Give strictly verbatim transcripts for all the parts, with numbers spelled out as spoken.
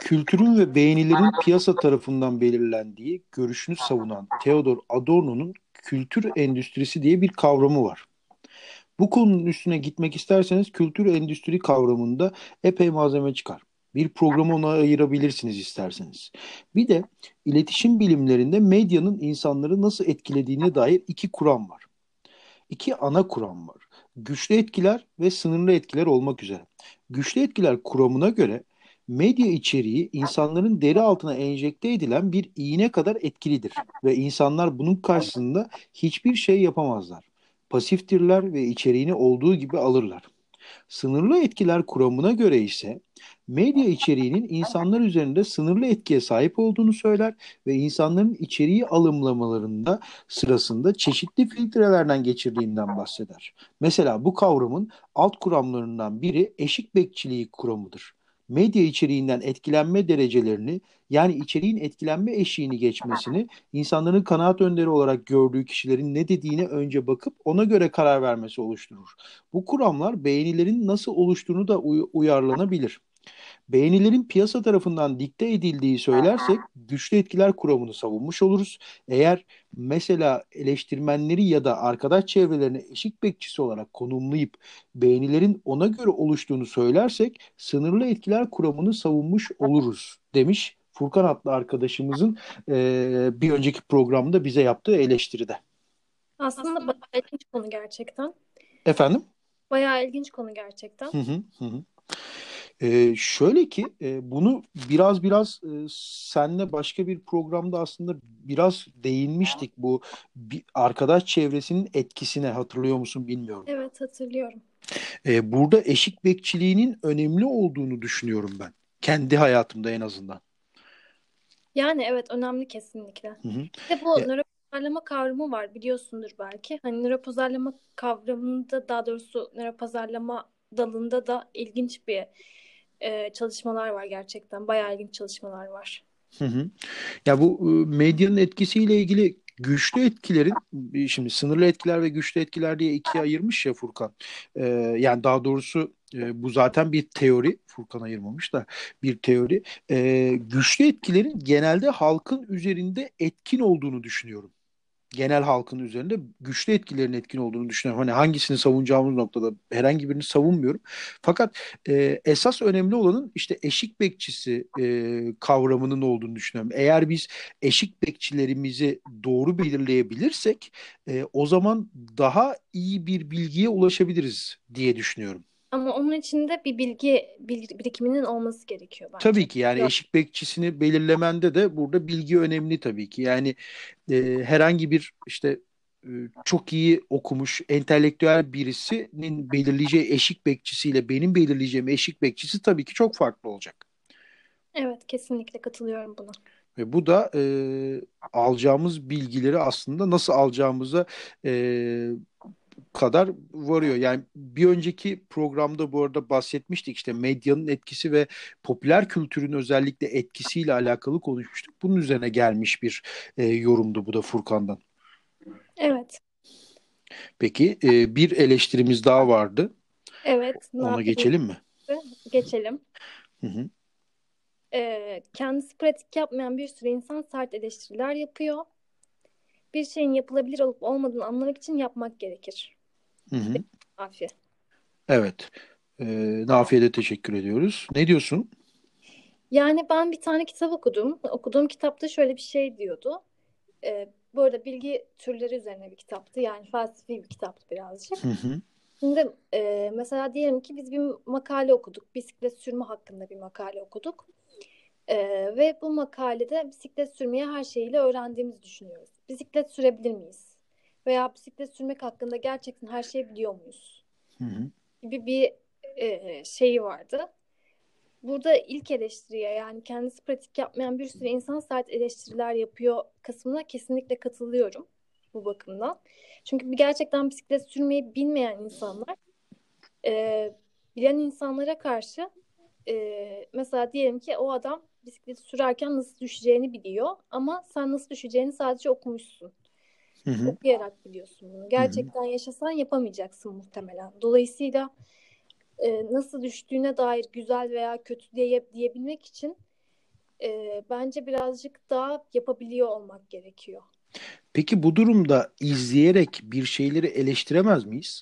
Kültürün ve beğenilerin piyasa tarafından belirlendiği görüşünü savunan Theodor Adorno'nun kültür endüstrisi diye bir kavramı var. Bu konunun üstüne gitmek isterseniz kültür endüstri kavramında epey malzeme çıkar. Bir programı ona ayırabilirsiniz isterseniz. Bir de iletişim bilimlerinde medyanın insanları nasıl etkilediğine dair iki kuram var. İki ana kuram var. Güçlü etkiler ve sınırlı etkiler olmak üzere. Güçlü etkiler kuramına göre medya içeriği insanların deri altına enjekte edilen bir iğne kadar etkilidir ve insanlar bunun karşısında hiçbir şey yapamazlar. Pasiftirler ve içeriğini olduğu gibi alırlar. Sınırlı etkiler kuramına göre ise medya içeriğinin insanlar üzerinde sınırlı etkiye sahip olduğunu söyler ve insanların içeriği alımlamalarında sırasında çeşitli filtrelerden geçirdiğinden bahseder. Mesela bu kavramın alt kuramlarından biri eşik bekçiliği kuramıdır. Medya içeriğinden etkilenme derecelerini, yani içeriğin etkilenme eşiğini geçmesini, insanların kanaat önderi olarak gördüğü kişilerin ne dediğine önce bakıp ona göre karar vermesi oluşturur. Bu kuramlar beğenilerin nasıl oluştuğunu da uy- uyarlanabilir. Beğenilerin piyasa tarafından dikte edildiği söylersek güçlü etkiler kuramını savunmuş oluruz. Eğer mesela eleştirmenleri ya da arkadaş çevrelerini eşik bekçisi olarak konumlayıp beğenilerin ona göre oluştuğunu söylersek sınırlı etkiler kuramını savunmuş oluruz demiş Furkan adlı arkadaşımızın eee, bir önceki programda bize yaptığı eleştiride. Aslında bayağı ilginç konu gerçekten. Efendim? Bayağı ilginç konu gerçekten. Hı hı hı. hı. Ee, şöyle ki e, bunu biraz biraz e, senle başka bir programda aslında biraz değinmiştik, bu bir arkadaş çevresinin etkisine, hatırlıyor musun bilmiyorum. Evet, hatırlıyorum. Ee, burada eşik bekçiliğinin önemli olduğunu düşünüyorum ben. Kendi hayatımda en azından. Yani evet, önemli kesinlikle. Hı hı. Bir de bu Ya, nöropazarlama kavramı var, biliyorsundur belki. Hani nöropazarlama kavramında, daha doğrusu nöropazarlama dalında da ilginç bir e, çalışmalar var gerçekten. Bayağı ilginç çalışmalar var. hı hı. Ya bu e, medyanın etkisiyle ilgili güçlü etkilerin, e, şimdi sınırlı etkiler ve güçlü etkiler diye ikiye ayırmış ya Furkan. Ee, yani daha doğrusu e, bu zaten bir teori. Furkan ayırmamış da bir teori. Ee, güçlü etkilerin genelde halkın üzerinde etkin olduğunu düşünüyorum, genel halkın üzerinde güçlü etkilerin etkin olduğunu düşünüyorum. Hani hangisini savunacağımız noktada herhangi birini savunmuyorum. Fakat e, esas önemli olanın işte eşik bekçisi e, kavramının olduğunu düşünüyorum. Eğer biz eşik bekçilerimizi doğru belirleyebilirsek e, o zaman daha iyi bir bilgiye ulaşabiliriz diye düşünüyorum. Ama onun için de bir bilgi, bilgi birikiminin olması gerekiyor bence. Tabii ki, yani eşik bekçisini belirlemende de burada bilgi önemli tabii ki. Yani e, herhangi bir işte e, çok iyi okumuş entelektüel birisinin belirleyeceği eşik bekçisiyle benim belirleyeceğim eşik bekçisi tabii ki çok farklı olacak. Evet, kesinlikle katılıyorum buna. Ve bu da e, alacağımız bilgileri aslında nasıl alacağımıza e, kadar varıyor. Yani bir önceki programda bu arada bahsetmiştik, işte medyanın etkisi ve popüler kültürün özellikle etkisiyle alakalı konuşmuştuk. Bunun üzerine gelmiş bir e, yorumdu bu da Furkan'dan. Evet. Peki e, bir eleştirimiz daha vardı. Evet, ne Ona yapayım? geçelim mi? Geçelim. Hı hı. Ee, kendisi pratik yapmayan bir sürü insan sert eleştiriler yapıyor. Bir şeyin yapılabilir olup olmadığını anlamak için yapmak gerekir. Hı hı. Afi. Evet. E, Nafiye'de de teşekkür ediyoruz. Ne diyorsun? Yani ben bir tane kitap okudum. Okuduğum kitapta şöyle bir şey diyordu. Ee, bu arada bilgi türleri üzerine bir kitaptı. Yani felsefi bir kitaptı birazcık. Hı hı. Şimdi e, mesela diyelim ki biz bir makale okuduk. Bisiklet sürme hakkında bir makale okuduk. Ee, ve bu makalede bisiklet sürmeyi her şeyiyle öğrendiğimizi düşünüyoruz. Bisiklet sürebilir miyiz? Veya bisiklet sürmek hakkında gerçekten her şeyi biliyor muyuz? Hı hı. Gibi bir e, şeyi vardı. Burada ilk eleştiriye, yani kendisi pratik yapmayan bir sürü insan sert eleştiriler yapıyor kısmına kesinlikle katılıyorum bu bakımdan. Çünkü bir gerçekten bisiklet sürmeyi bilmeyen insanlar e, bilen insanlara karşı e, mesela diyelim ki o adam bisikleti sürerken nasıl düşeceğini biliyor ama sen nasıl düşeceğini sadece okumuşsun. Hı hı. Okuyarak biliyorsun bunu. Hı hı. Gerçekten yaşasan yapamayacaksın muhtemelen. Dolayısıyla e, nasıl düştüğüne dair güzel veya kötü diye, diyebilmek için e, bence birazcık daha yapabiliyor olmak gerekiyor. Peki bu durumda izleyerek bir şeyleri eleştiremez miyiz?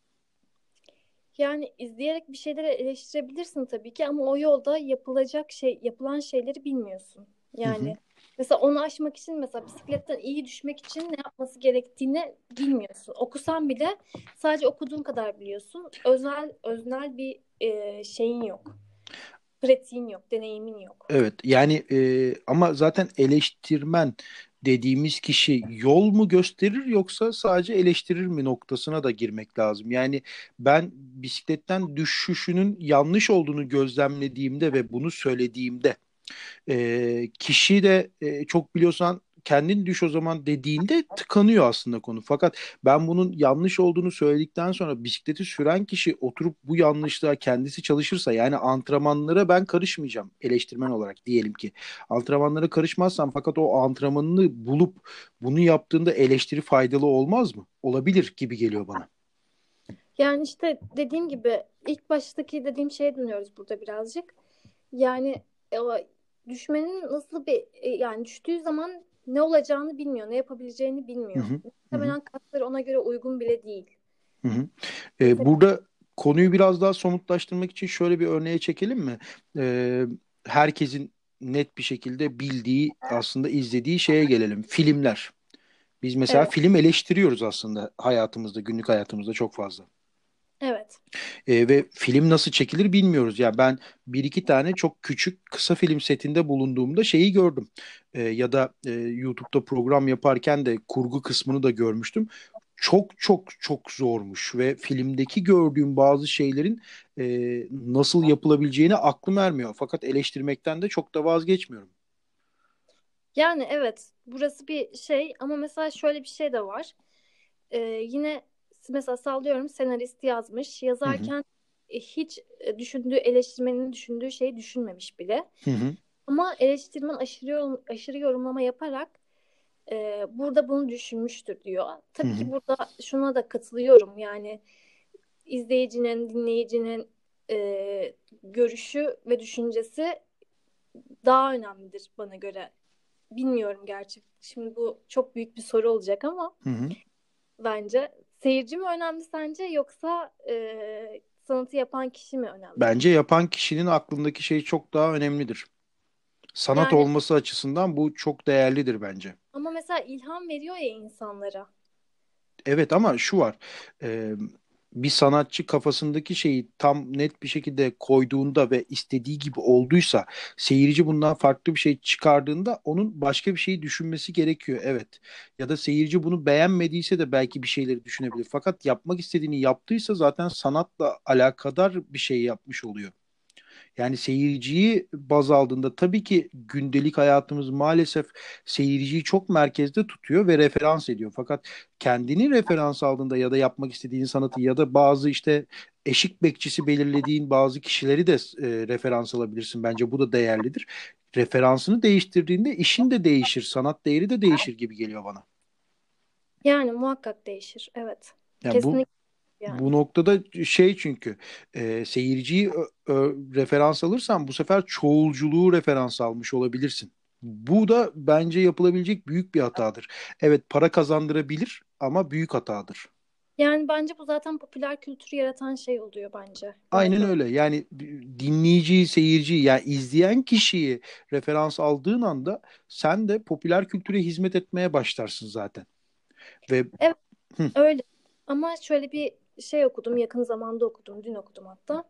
Yani izleyerek bir şeyleri eleştirebilirsin tabii ki ama o yolda yapılacak şey, yapılan şeyleri bilmiyorsun. Hı hı. Yani mesela onu aşmak için, mesela bisikletten iyi düşmek için ne yapması gerektiğini bilmiyorsun. Okusan bile sadece okuduğun kadar biliyorsun. Öznel öznel bir e, şeyin yok. Pratiğin yok, deneyimin yok. Evet yani e, ama zaten eleştirmen dediğimiz kişi yol mu gösterir yoksa sadece eleştirir mi noktasına da girmek lazım. Yani ben bisikletten düşüşünün yanlış olduğunu gözlemlediğimde ve bunu söylediğimde e, kişi de e, çok biliyorsan kendin düş o zaman dediğinde tıkanıyor aslında konu. Fakat ben bunun yanlış olduğunu söyledikten sonra bisikleti süren kişi oturup bu yanlışlığa kendisi çalışırsa, yani antrenmanlara ben karışmayacağım eleştirmen olarak diyelim ki. Antrenmanlara karışmazsam fakat o antrenmanını bulup bunu yaptığında eleştiri faydalı olmaz mı? Olabilir gibi geliyor bana. Yani işte dediğim gibi ilk baştaki dediğim şeye dönüyoruz burada birazcık. Yani e, o düşmenin nasıl bir e, yani düştüğü zaman ne olacağını bilmiyor, ne yapabileceğini Hı bilmiyor. hı, hı hı, Muhtemelen kasları ona göre uygun bile değil. hı hı. E, Mesela burada konuyu biraz daha somutlaştırmak için şöyle bir örneğe çekelim mi? E, herkesin net bir şekilde bildiği, aslında izlediği şeye gelelim. Filmler. Biz mesela evet, film eleştiriyoruz aslında hayatımızda, günlük hayatımızda çok fazla. evet, E, ve film nasıl çekilir bilmiyoruz. Ya ben bir iki tane çok küçük kısa film setinde bulunduğumda şeyi gördüm. E, ya da e, YouTube'da program yaparken de kurgu kısmını da görmüştüm. Çok çok çok zormuş ve filmdeki gördüğüm bazı şeylerin e, nasıl yapılabileceğine aklım ermiyor. Fakat eleştirmekten de çok da vazgeçmiyorum. yani evet, burası bir şey ama mesela şöyle bir şey de var. Ee, yine mesela sallıyorum, senarist yazmış. Hı hı, Yazarken e, hiç e, düşündüğü, eleştirmenin düşündüğü şeyi düşünmemiş bile. hı hı, Ama eleştirmen aşırı, yorum- aşırı yorumlama yaparak e, burada bunu düşünmüştür diyor. hı Tabii hı. ki burada şuna da katılıyorum. Yani izleyicinin, dinleyicinin e, görüşü ve düşüncesi daha önemlidir bana göre. Bilmiyorum gerçi. Şimdi bu çok büyük bir soru olacak ama Hı hı. bence seyirci mi önemli sence, yoksa e, sanatı yapan kişi mi önemli? Bence yapan kişinin aklındaki şey çok daha önemlidir. Sanat Yani olması açısından bu çok değerlidir bence. ama mesela ilham veriyor ya insanlara. Evet ama şu var. e, bir sanatçı kafasındaki şeyi tam net bir şekilde koyduğunda ve istediği gibi olduysa, seyirci bundan farklı bir şey çıkardığında onun başka bir şeyi düşünmesi gerekiyor. Evet. Ya da seyirci bunu beğenmediyse de belki bir şeyleri düşünebilir. Fakat yapmak istediğini yaptıysa zaten sanatla alakadar bir şey yapmış oluyor. Yani seyirciyi baz aldığında tabii ki gündelik hayatımız maalesef seyirciyi çok merkezde tutuyor ve referans ediyor. Fakat kendini referans aldığında ya da yapmak istediğin sanatı ya da bazı işte eşik bekçisi belirlediğin bazı kişileri de e, referans alabilirsin. Bence bu da değerlidir. Referansını değiştirdiğinde işin de değişir, sanat değeri de değişir gibi geliyor bana. Yani muhakkak değişir. Evet. Yani bu Kesinlikle yani. Bu noktada şey, çünkü e, seyirciyi ö- ö- referans alırsan bu sefer çoğulculuğu referans almış olabilirsin. Bu da bence yapılabilecek büyük bir hatadır. Evet, para kazandırabilir ama büyük hatadır. Yani bence bu zaten popüler kültürü yaratan şey oluyor bence bana Aynen kalırsa. öyle. Yani dinleyiciyi, seyirciyi, yani izleyen kişiyi referans aldığın anda sen de popüler kültüre hizmet etmeye başlarsın zaten. Ve Evet, hı öyle. Ama şöyle bir şey okudum, yakın zamanda okudum, dün okudum hatta.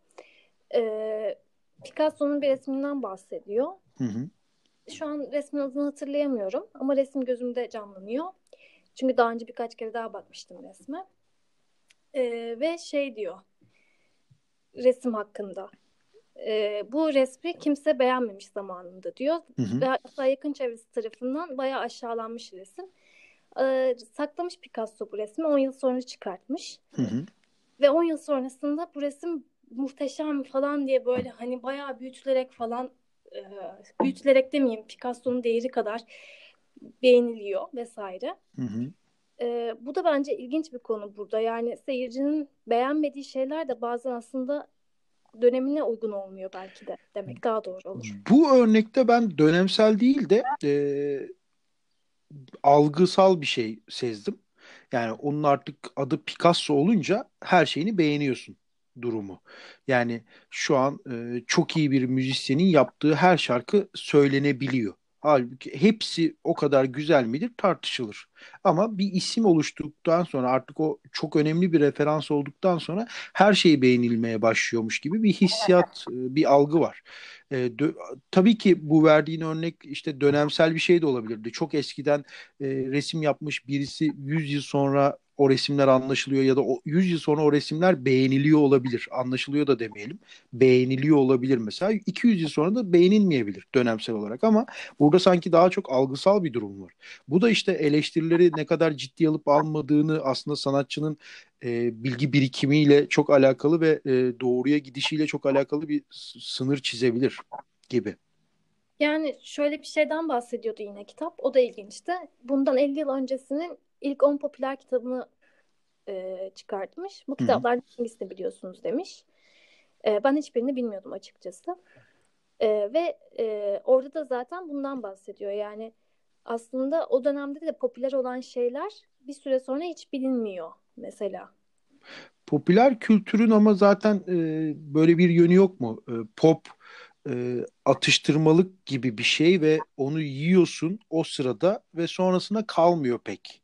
Ee, Picasso'nun bir resminden bahsediyor. hı hı Şu an resmin adını hatırlayamıyorum ama resim gözümde canlanıyor. Çünkü daha önce birkaç kere daha bakmıştım resme. Ee, ve şey diyor resim hakkında. Ee, bu resmi kimse beğenmemiş zamanında diyor. hı hı Ve hatta yakın çevresi tarafından bayağı aşağılanmış resim. Ee, saklamış Picasso bu resmi. on yıl sonra çıkartmış. hı hı Ve on yıl sonrasında bu resim muhteşem falan diye böyle hani bayağı büyütülerek falan, e, büyütülerek demeyeyim, Picasso'nun değeri kadar beğeniliyor vesaire. hı hı. E, bu da bence ilginç bir konu burada. Yani seyircinin beğenmediği şeyler de bazen aslında dönemine uygun olmuyor belki de demek daha doğru olur. Bu örnekte ben dönemsel değil de e, algısal bir şey sezdim. Yani onun artık adı Picasso olunca her şeyini beğeniyorsun durumu. Yani şu an e, çok iyi bir müzisyenin yaptığı her şarkı söylenebiliyor. Halbuki hepsi o kadar güzel midir tartışılır. Ama bir isim oluştuktan sonra artık o çok önemli bir referans olduktan sonra her şey beğenilmeye başlıyormuş gibi bir hissiyat, e, bir algı var. E, dö- tabii ki bu verdiğin örnek işte dönemsel bir şey de olabilirdi. Çok eskiden e, resim yapmış birisi yüz yıl sonra o resimler anlaşılıyor ya da o yüz yıl sonra o resimler beğeniliyor olabilir. Anlaşılıyor da demeyelim. Beğeniliyor olabilir mesela. iki yüz yıl sonra da beğenilmeyebilir dönemsel olarak ama burada sanki daha çok algısal bir durum var. Bu da işte eleştirileri ne kadar ciddiye alıp almadığını aslında sanatçının e, bilgi birikimiyle çok alakalı ve e, doğruya gidişiyle çok alakalı bir s- sınır çizebilir gibi. Yani şöyle bir şeyden bahsediyordu yine kitap. O da ilginçti. Bundan elli yıl öncesinin ilk on popüler kitabını e, çıkartmış. Bu Hı hı. kitaplardan hangisini biliyorsunuz demiş. E, ben hiçbirini bilmiyordum açıkçası. E, ve e, orada da zaten bundan bahsediyor. Yani aslında o dönemde de popüler olan şeyler bir süre sonra hiç bilinmiyor mesela. Popüler kültürün ama zaten e, böyle bir yönü yok mu? E, pop e, atıştırmalık gibi bir şey ve onu yiyorsun o sırada ve sonrasında kalmıyor pek.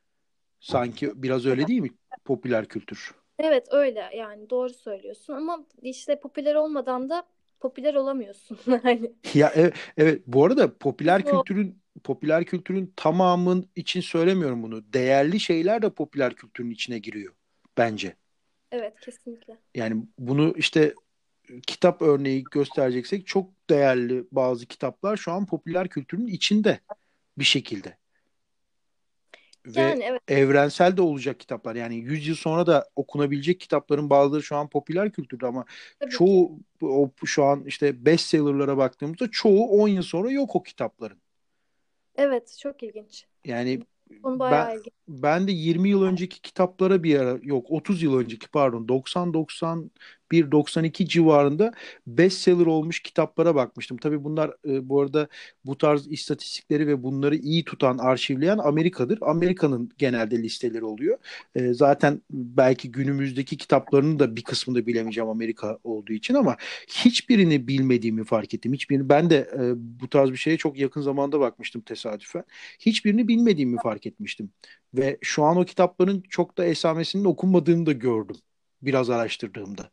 Sanki biraz öyle değil mi popüler kültür? Evet öyle yani doğru söylüyorsun ama işte popüler olmadan da popüler olamıyorsun. Yani Ya evet, evet. Bu arada popüler bizim o kültürün popüler kültürün tamamın için söylemiyorum bunu. Değerli şeyler de popüler kültürün içine giriyor bence. evet kesinlikle. Yani bunu işte kitap örneği göstereceksek çok değerli bazı kitaplar şu an popüler kültürün içinde bir şekilde. Ve Yani evet evrensel de olacak kitaplar. Yani yüz yıl sonra da okunabilecek kitapların bazıları şu an popüler kültürde ama tabii ki. çoğu o, şu an işte bestseller'lara baktığımızda çoğu on yıl sonra yok o kitapların. Evet çok ilginç. Yani Konu ben bayağı ilginç. ben de yirmi yıl önceki kitaplara bir ara yok otuz yıl önceki pardon doksan doksan bir doksan iki civarında bestseller olmuş kitaplara bakmıştım. Tabii bunlar e, bu arada bu tarz istatistikleri ve bunları iyi tutan, arşivleyen Amerika'dır. Amerika'nın genelde listeleri oluyor. E, zaten belki günümüzdeki kitaplarının da bir kısmını bilemeyeceğim Amerika olduğu için ama hiçbirini bilmediğimi fark ettim. Hiçbirini ben de e, bu tarz bir şeye çok yakın zamanda bakmıştım tesadüfen. Hiçbirini bilmediğimi fark etmiştim. Ve şu an o kitapların çok da esamesinin okunmadığını da gördüm. Biraz araştırdığımda.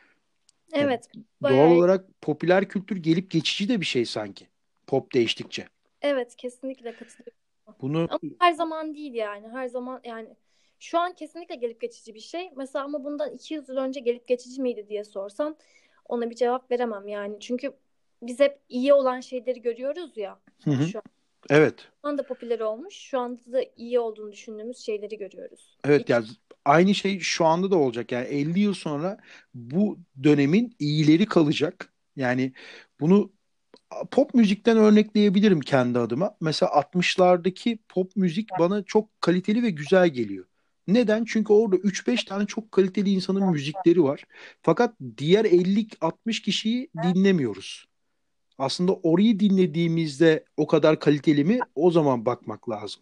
Ya, Evet doğal bayağı olarak popüler kültür gelip geçici de bir şey sanki. Pop değiştikçe. evet kesinlikle katılıyorum. Bunu Ama her zaman değil yani. Her zaman yani şu an kesinlikle gelip geçici bir şey. Mesela ama bundan iki yüz yıl önce gelip geçici miydi diye sorsan ona bir cevap veremem yani. Çünkü biz hep iyi olan şeyleri görüyoruz ya hı hı, şu evet. anda popüler olmuş. Şu anda da iyi olduğunu düşündüğümüz şeyleri görüyoruz. Evet İki, ya aynı şey şu anda da olacak. Yani elli yıl sonra bu dönemin iyileri kalacak. Yani bunu pop müzikten örnekleyebilirim kendi adıma. Mesela altmışlardaki pop müzik bana çok kaliteli ve güzel geliyor. Neden? Çünkü orada üç beş tane çok kaliteli insanın müzikleri var. Fakat diğer elli altmış kişiyi dinlemiyoruz. Aslında orayı dinlediğimizde o kadar kaliteli mi? O zaman bakmak lazım.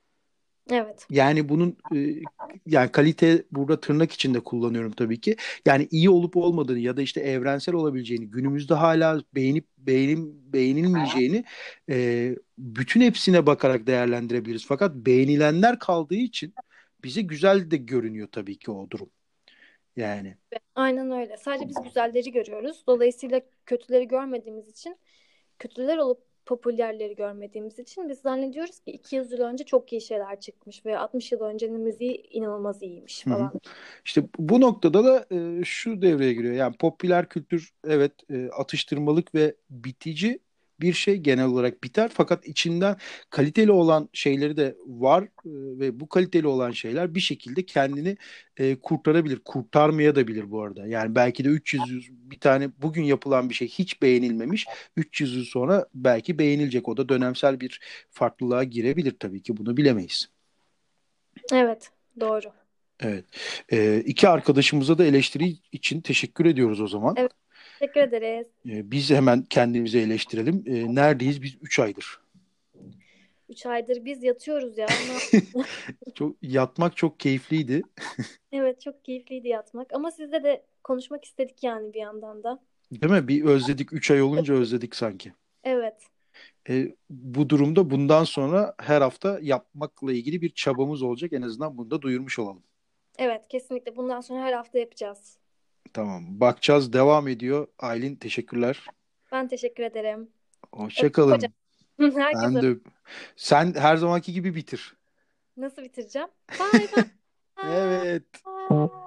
evet. Yani bunun e, yani kalite burada tırnak içinde kullanıyorum tabii ki. Yani iyi olup olmadığını ya da işte evrensel olabileceğini, günümüzde hala beğenip beğenim beğenilmeyeceğini e, bütün hepsine bakarak değerlendirebiliriz. Fakat beğenilenler kaldığı için bize güzel de görünüyor tabii ki o durum. Yani. Aynen öyle. Sadece biz güzelleri görüyoruz. Dolayısıyla kötüleri görmediğimiz için, kötüler olup popülerleri görmediğimiz için biz zannediyoruz ki iki yüz yıl önce çok iyi şeyler çıkmış ve altmış yıl öncenin müziği inanılmaz iyiymiş Hı hı. falan. İşte bu noktada da e, şu devreye giriyor. Yani popüler kültür evet e, atıştırmalık ve bitici bir şey genel olarak biter. Fakat içinden kaliteli olan şeyleri de var e, ve bu kaliteli olan şeyler bir şekilde kendini e, kurtarabilir. Kurtarmaya da bilir bu arada. Yani belki de üç yüz yıl- bir tane bugün yapılan bir şey hiç beğenilmemiş. üç yüz yıl sonra belki beğenilecek. O da dönemsel bir farklılığa girebilir tabii ki. Bunu bilemeyiz. Evet, doğru. Evet. Ee, iki arkadaşımıza da eleştiri için teşekkür ediyoruz o zaman. Evet, Teşekkür ederiz. E, biz hemen kendimizi eleştirelim. E, neredeyiz? Biz üç aydır. Üç aydır biz yatıyoruz ya. Ne yap- Çok yatmak çok keyifliydi. Evet, çok keyifliydi yatmak. Ama sizle de konuşmak istedik yani bir yandan da. Değil mi? Bir özledik. Üç ay olunca özledik sanki. Evet. E, bu durumda bundan sonra her hafta yapmakla ilgili bir çabamız olacak. En azından bunu da duyurmuş olalım. Evet, kesinlikle. Bundan sonra her hafta yapacağız. Tamam. Bakacağız. Devam ediyor. Aylin teşekkürler. Ben teşekkür ederim. Hoşça Öptüm hocam. kalın. Ben Herkese de sen her zamanki gibi bitir. nasıl bitireceğim? Bye Evet. bye.